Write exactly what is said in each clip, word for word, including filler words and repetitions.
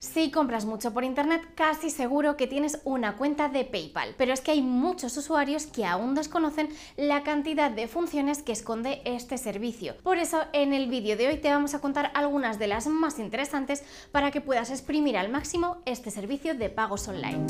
Si compras mucho por internet, casi seguro que tienes una cuenta de PayPal, pero es que hay muchos usuarios que aún desconocen la cantidad de funciones que esconde este servicio. Por eso, en el vídeo de hoy te vamos a contar algunas de las más interesantes para que puedas exprimir al máximo este servicio de pagos online.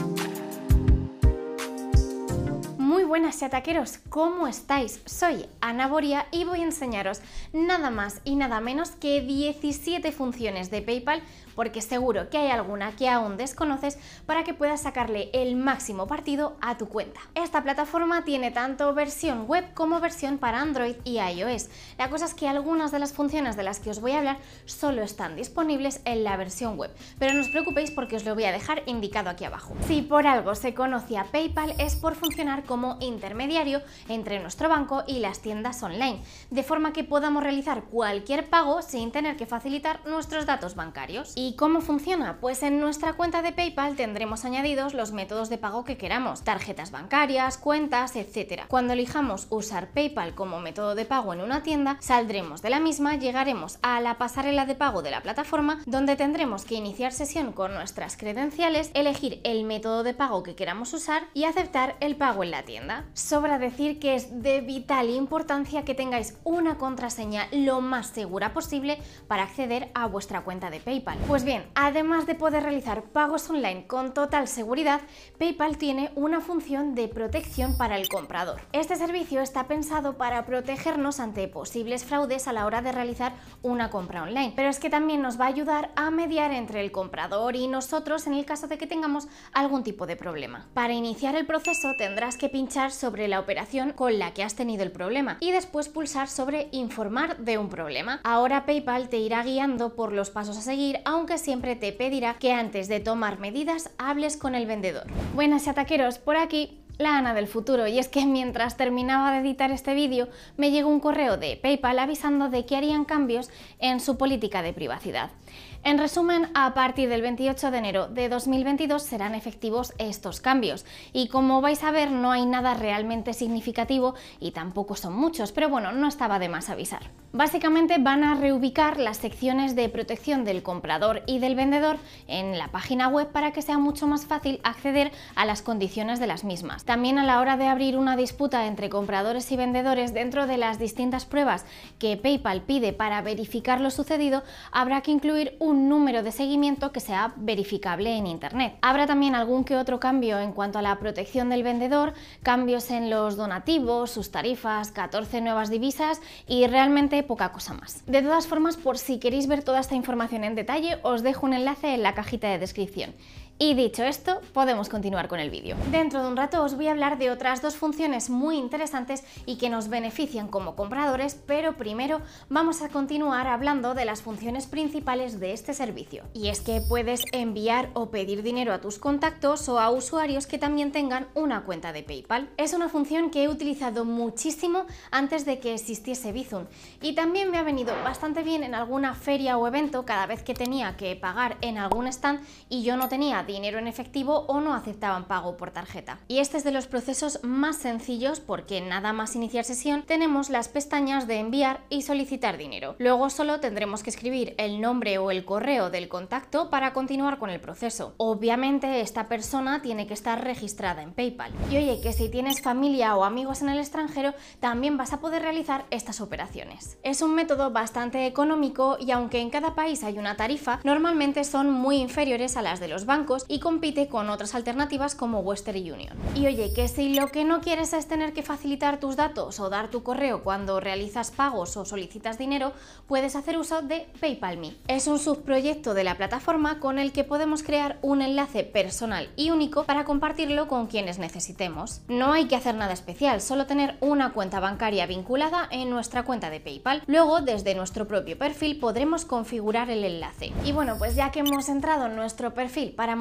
Muy buenas chataqueros, ¿cómo estáis? Soy Ana Boria y voy a enseñaros nada más y nada menos que diecisiete funciones de PayPal, porque seguro que hay alguna que aún desconoces para que puedas sacarle el máximo partido a tu cuenta. Esta plataforma tiene tanto versión web como versión para Android y iOS. La cosa es que algunas de las funciones de las que os voy a hablar solo están disponibles en la versión web, pero no os preocupéis porque os lo voy a dejar indicado aquí abajo. Si por algo se conoce a PayPal es por funcionar como intermediario entre nuestro banco y las tiendas online, de forma que podamos realizar cualquier pago sin tener que facilitar nuestros datos bancarios. ¿Y cómo funciona? Pues en nuestra cuenta de PayPal tendremos añadidos los métodos de pago que queramos, tarjetas bancarias, cuentas, etcétera. Cuando elijamos usar PayPal como método de pago en una tienda, saldremos de la misma, llegaremos a la pasarela de pago de la plataforma, donde tendremos que iniciar sesión con nuestras credenciales, elegir el método de pago que queramos usar y aceptar el pago en la tienda. Sobra decir que es de vital importancia que tengáis una contraseña lo más segura posible para acceder a vuestra cuenta de PayPal. Pues bien, además de poder realizar pagos online con total seguridad, PayPal tiene una función de protección para el comprador. Este servicio está pensado para protegernos ante posibles fraudes a la hora de realizar una compra online, pero es que también nos va a ayudar a mediar entre el comprador y nosotros en el caso de que tengamos algún tipo de problema. Para iniciar el proceso tendrás que pinchar sobre la operación con la que has tenido el problema y después pulsar sobre informar de un problema. Ahora PayPal te irá guiando por los pasos a seguir, aunque siempre te pedirá que antes de tomar medidas hables con el vendedor. Buenas chataqueros, por aquí la Ana del futuro, y es que mientras terminaba de editar este vídeo me llegó un correo de PayPal avisando de que harían cambios en su política de privacidad. En resumen, a partir del veintiocho de enero de dos mil veintidós serán efectivos estos cambios y como vais a ver no hay nada realmente significativo y tampoco son muchos, pero bueno, no estaba de más avisar. Básicamente van a reubicar las secciones de protección del comprador y del vendedor en la página web para que sea mucho más fácil acceder a las condiciones de las mismas. También a la hora de abrir una disputa entre compradores y vendedores dentro de las distintas pruebas que PayPal pide para verificar lo sucedido, habrá que incluir un un número de seguimiento que sea verificable en internet. Habrá también algún que otro cambio en cuanto a la protección del vendedor, cambios en los donativos, sus tarifas, catorce nuevas divisas y realmente poca cosa más. De todas formas, por si queréis ver toda esta información en detalle, os dejo un enlace en la cajita de descripción. Y dicho esto, podemos continuar con el vídeo. Dentro de un rato os voy a hablar de otras dos funciones muy interesantes y que nos benefician como compradores, pero primero vamos a continuar hablando de las funciones principales de este servicio. Y es que puedes enviar o pedir dinero a tus contactos o a usuarios que también tengan una cuenta de PayPal. Es una función que he utilizado muchísimo antes de que existiese Bizum y también me ha venido bastante bien en alguna feria o evento cada vez que tenía que pagar en algún stand y yo no tenía dinero en efectivo o no aceptaban pago por tarjeta. Y este es de los procesos más sencillos porque nada más iniciar sesión tenemos las pestañas de enviar y solicitar dinero. Luego solo tendremos que escribir el nombre o el correo del contacto para continuar con el proceso. Obviamente esta persona tiene que estar registrada en PayPal. Y oye, que si tienes familia o amigos en el extranjero también vas a poder realizar estas operaciones. Es un método bastante económico y aunque en cada país hay una tarifa, normalmente son muy inferiores a las de los bancos y compite con otras alternativas como Western Union. Y oye, que si lo que no quieres es tener que facilitar tus datos o dar tu correo cuando realizas pagos o solicitas dinero, puedes hacer uso de PayPal Me. Es un subproyecto de la plataforma con el que podemos crear un enlace personal y único para compartirlo con quienes necesitemos. No hay que hacer nada especial, solo tener una cuenta bancaria vinculada en nuestra cuenta de PayPal. Luego, desde nuestro propio perfil podremos configurar el enlace. Y bueno, pues ya que hemos entrado en nuestro perfil para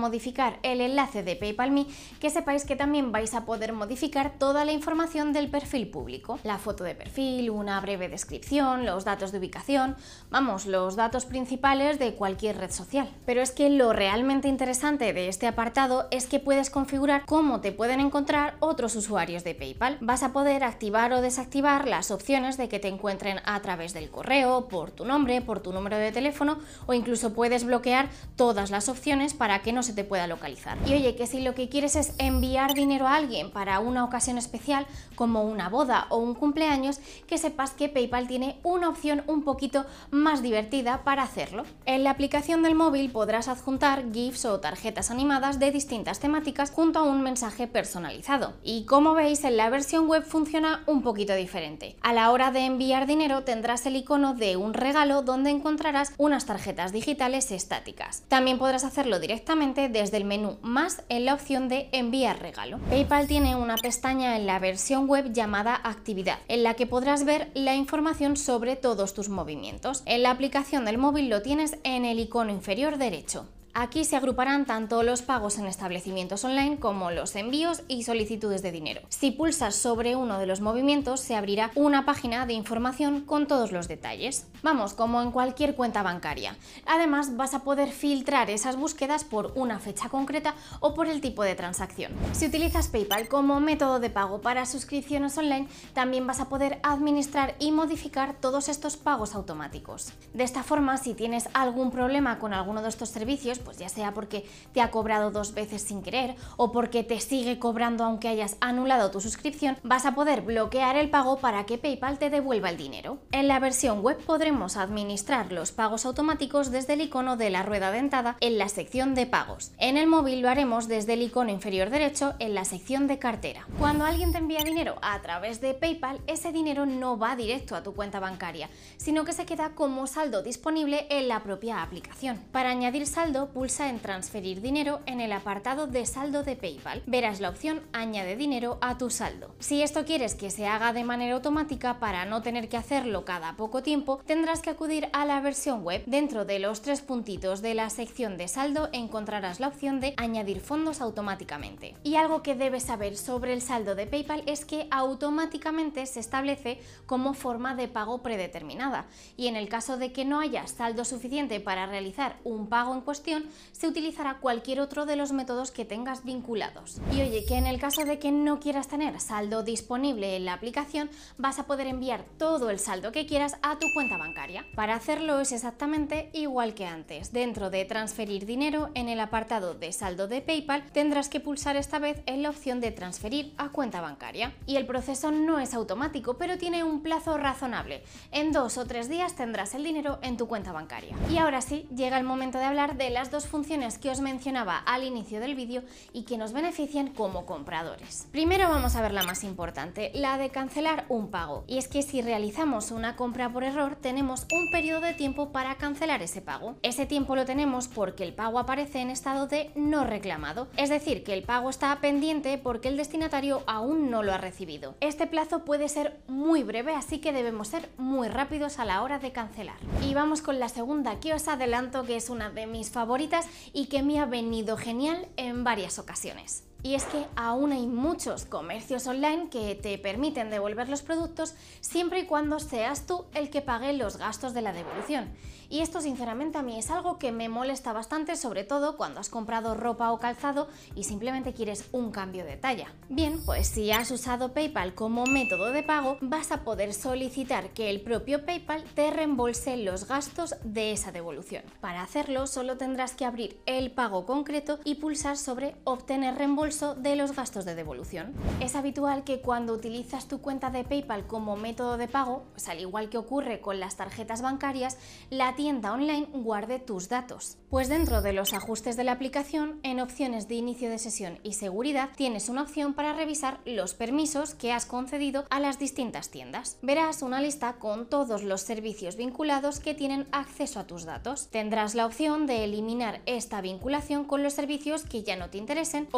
modificar el enlace de PayPal.me, que sepáis que también vais a poder modificar toda la información del perfil público. La foto de perfil, una breve descripción, los datos de ubicación, vamos, los datos principales de cualquier red social. Pero es que lo realmente interesante de este apartado es que puedes configurar cómo te pueden encontrar otros usuarios de PayPal. Vas a poder activar o desactivar las opciones de que te encuentren a través del correo, por tu nombre, por tu número de teléfono, o incluso puedes bloquear todas las opciones para que no se te pueda localizar. Y oye, que si lo que quieres es enviar dinero a alguien para una ocasión especial como una boda o un cumpleaños, que sepas que PayPal tiene una opción un poquito más divertida para hacerlo. En la aplicación del móvil podrás adjuntar GIFs o tarjetas animadas de distintas temáticas junto a un mensaje personalizado. Y como veis, en la versión web funciona un poquito diferente. A la hora de enviar dinero tendrás el icono de un regalo donde encontrarás unas tarjetas digitales estáticas. También podrás hacerlo directamente desde el menú Más en la opción de enviar regalo. PayPal tiene una pestaña en la versión web llamada Actividad, en la que podrás ver la información sobre todos tus movimientos. En la aplicación del móvil lo tienes en el icono inferior derecho. Aquí se agruparán tanto los pagos en establecimientos online como los envíos y solicitudes de dinero. Si pulsas sobre uno de los movimientos, se abrirá una página de información con todos los detalles. Vamos, como en cualquier cuenta bancaria. Además, vas a poder filtrar esas búsquedas por una fecha concreta o por el tipo de transacción. Si utilizas PayPal como método de pago para suscripciones online, también vas a poder administrar y modificar todos estos pagos automáticos. De esta forma, si tienes algún problema con alguno de estos servicios, pues ya sea porque te ha cobrado dos veces sin querer o porque te sigue cobrando aunque hayas anulado tu suscripción, vas a poder bloquear el pago para que PayPal te devuelva el dinero. En la versión web podremos administrar los pagos automáticos desde el icono de la rueda dentada en la sección de pagos. En el móvil lo haremos desde el icono inferior derecho en la sección de cartera. Cuando alguien te envía dinero a través de PayPal, ese dinero no va directo a tu cuenta bancaria, sino que se queda como saldo disponible en la propia aplicación. Para añadir saldo, pulsa en transferir dinero en el apartado de saldo de PayPal. Verás la opción añade dinero a tu saldo. Si esto quieres que se haga de manera automática para no tener que hacerlo cada poco tiempo, tendrás que acudir a la versión web. Dentro de los tres puntitos de la sección de saldo encontrarás la opción de añadir fondos automáticamente. Y algo que debes saber sobre el saldo de PayPal es que automáticamente se establece como forma de pago predeterminada, y en el caso de que no haya saldo suficiente para realizar un pago en cuestión, se utilizará cualquier otro de los métodos que tengas vinculados. Y oye, que en el caso de que no quieras tener saldo disponible en la aplicación, vas a poder enviar todo el saldo que quieras a tu cuenta bancaria. Para hacerlo es exactamente igual que antes. Dentro de transferir dinero, en el apartado de saldo de PayPal, tendrás que pulsar esta vez en la opción de transferir a cuenta bancaria. Y el proceso no es automático, pero tiene un plazo razonable. En dos o tres días tendrás el dinero en tu cuenta bancaria. Y ahora sí, llega el momento de hablar de las dos funciones que os mencionaba al inicio del vídeo y que nos benefician como compradores. Primero vamos a ver la más importante, la de cancelar un pago. Y es que si realizamos una compra por error, tenemos un periodo de tiempo para cancelar ese pago. Ese tiempo lo tenemos porque el pago aparece en estado de no reclamado, es decir, que el pago está pendiente porque el destinatario aún no lo ha recibido. Este plazo puede ser muy breve, así que debemos ser muy rápidos a la hora de cancelar. Y vamos con la segunda, que os adelanto que es una de mis favoritas y que me ha venido genial en varias ocasiones. Y es que aún hay muchos comercios online que te permiten devolver los productos siempre y cuando seas tú el que pague los gastos de la devolución. Y esto sinceramente a mí es algo que me molesta bastante, sobre todo cuando has comprado ropa o calzado y simplemente quieres un cambio de talla. Bien, pues si has usado PayPal como método de pago, vas a poder solicitar que el propio PayPal te reembolse los gastos de esa devolución. Para hacerlo solo tendrás que abrir el pago concreto y pulsar sobre obtener reembolso de los gastos de devolución. Es habitual que cuando utilizas tu cuenta de PayPal como método de pago, pues al igual que ocurre con las tarjetas bancarias, la tienda online guarde tus datos. Pues dentro de los ajustes de la aplicación, en opciones de inicio de sesión y seguridad, tienes una opción para revisar los permisos que has concedido a las distintas tiendas. Verás una lista con todos los servicios vinculados que tienen acceso a tus datos. Tendrás la opción de eliminar esta vinculación con los servicios que ya no te interesen o de modificar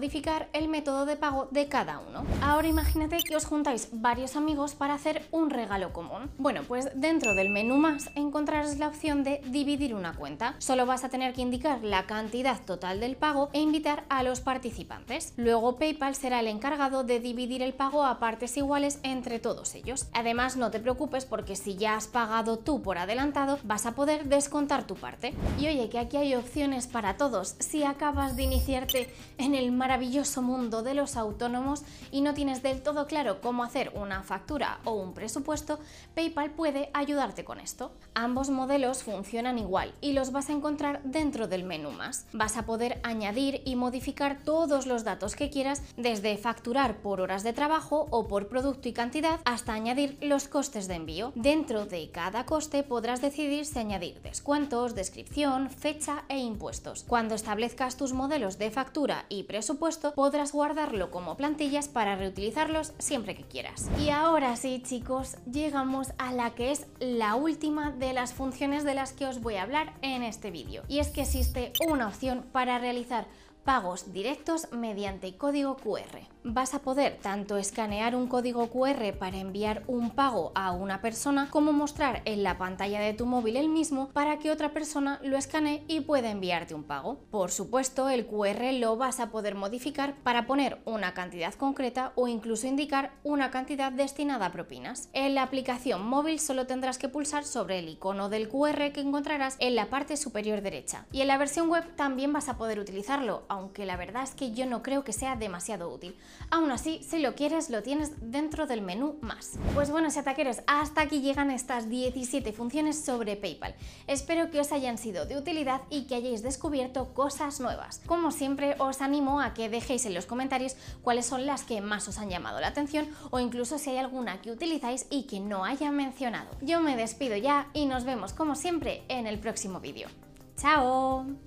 modificar el método de pago de cada uno. Ahora imagínate que os juntáis varios amigos para hacer un regalo común. Bueno, pues dentro del menú más encontrarás la opción de dividir una cuenta. Solo vas a tener que indicar la cantidad total del pago e invitar a los participantes. Luego PayPal será el encargado de dividir el pago a partes iguales entre todos ellos. Además, no te preocupes porque si ya has pagado tú por adelantado, vas a poder descontar tu parte. Y oye, que aquí hay opciones para todos. Si acabas de iniciarte en el maravilloso mundo de los autónomos y no tienes del todo claro cómo hacer una factura o un presupuesto, PayPal puede ayudarte con esto. Ambos modelos funcionan igual y los vas a encontrar dentro del menú más. Vas a poder añadir y modificar todos los datos que quieras, desde facturar por horas de trabajo o por producto y cantidad hasta añadir los costes de envío. Dentro de cada coste podrás decidir si añadir descuentos, descripción, fecha e impuestos. Cuando establezcas tus modelos de factura y presupuesto, podrás guardarlo como plantillas para reutilizarlos siempre que quieras. Y ahora sí, chicos, llegamos a la que es la última de las funciones de las que os voy a hablar en este vídeo. Y es que existe una opción para realizar pagos directos mediante código cu erre. Vas a poder tanto escanear un código cu erre para enviar un pago a una persona, como mostrar en la pantalla de tu móvil el mismo para que otra persona lo escanee y pueda enviarte un pago. Por supuesto, el cu erre lo vas a poder modificar para poner una cantidad concreta o incluso indicar una cantidad destinada a propinas. En la aplicación móvil solo tendrás que pulsar sobre el icono del cu erre que encontrarás en la parte superior derecha. Y en la versión web también vas a poder utilizarlo, aunque la verdad es que yo no creo que sea demasiado útil. Aún así, si lo quieres, lo tienes dentro del menú más. Pues bueno, chataqueros, hasta aquí llegan estas diecisiete funciones sobre PayPal. Espero que os hayan sido de utilidad y que hayáis descubierto cosas nuevas. Como siempre, os animo a que dejéis en los comentarios cuáles son las que más os han llamado la atención, o incluso si hay alguna que utilizáis y que no haya mencionado. Yo me despido ya y nos vemos como siempre en el próximo vídeo. ¡Chao!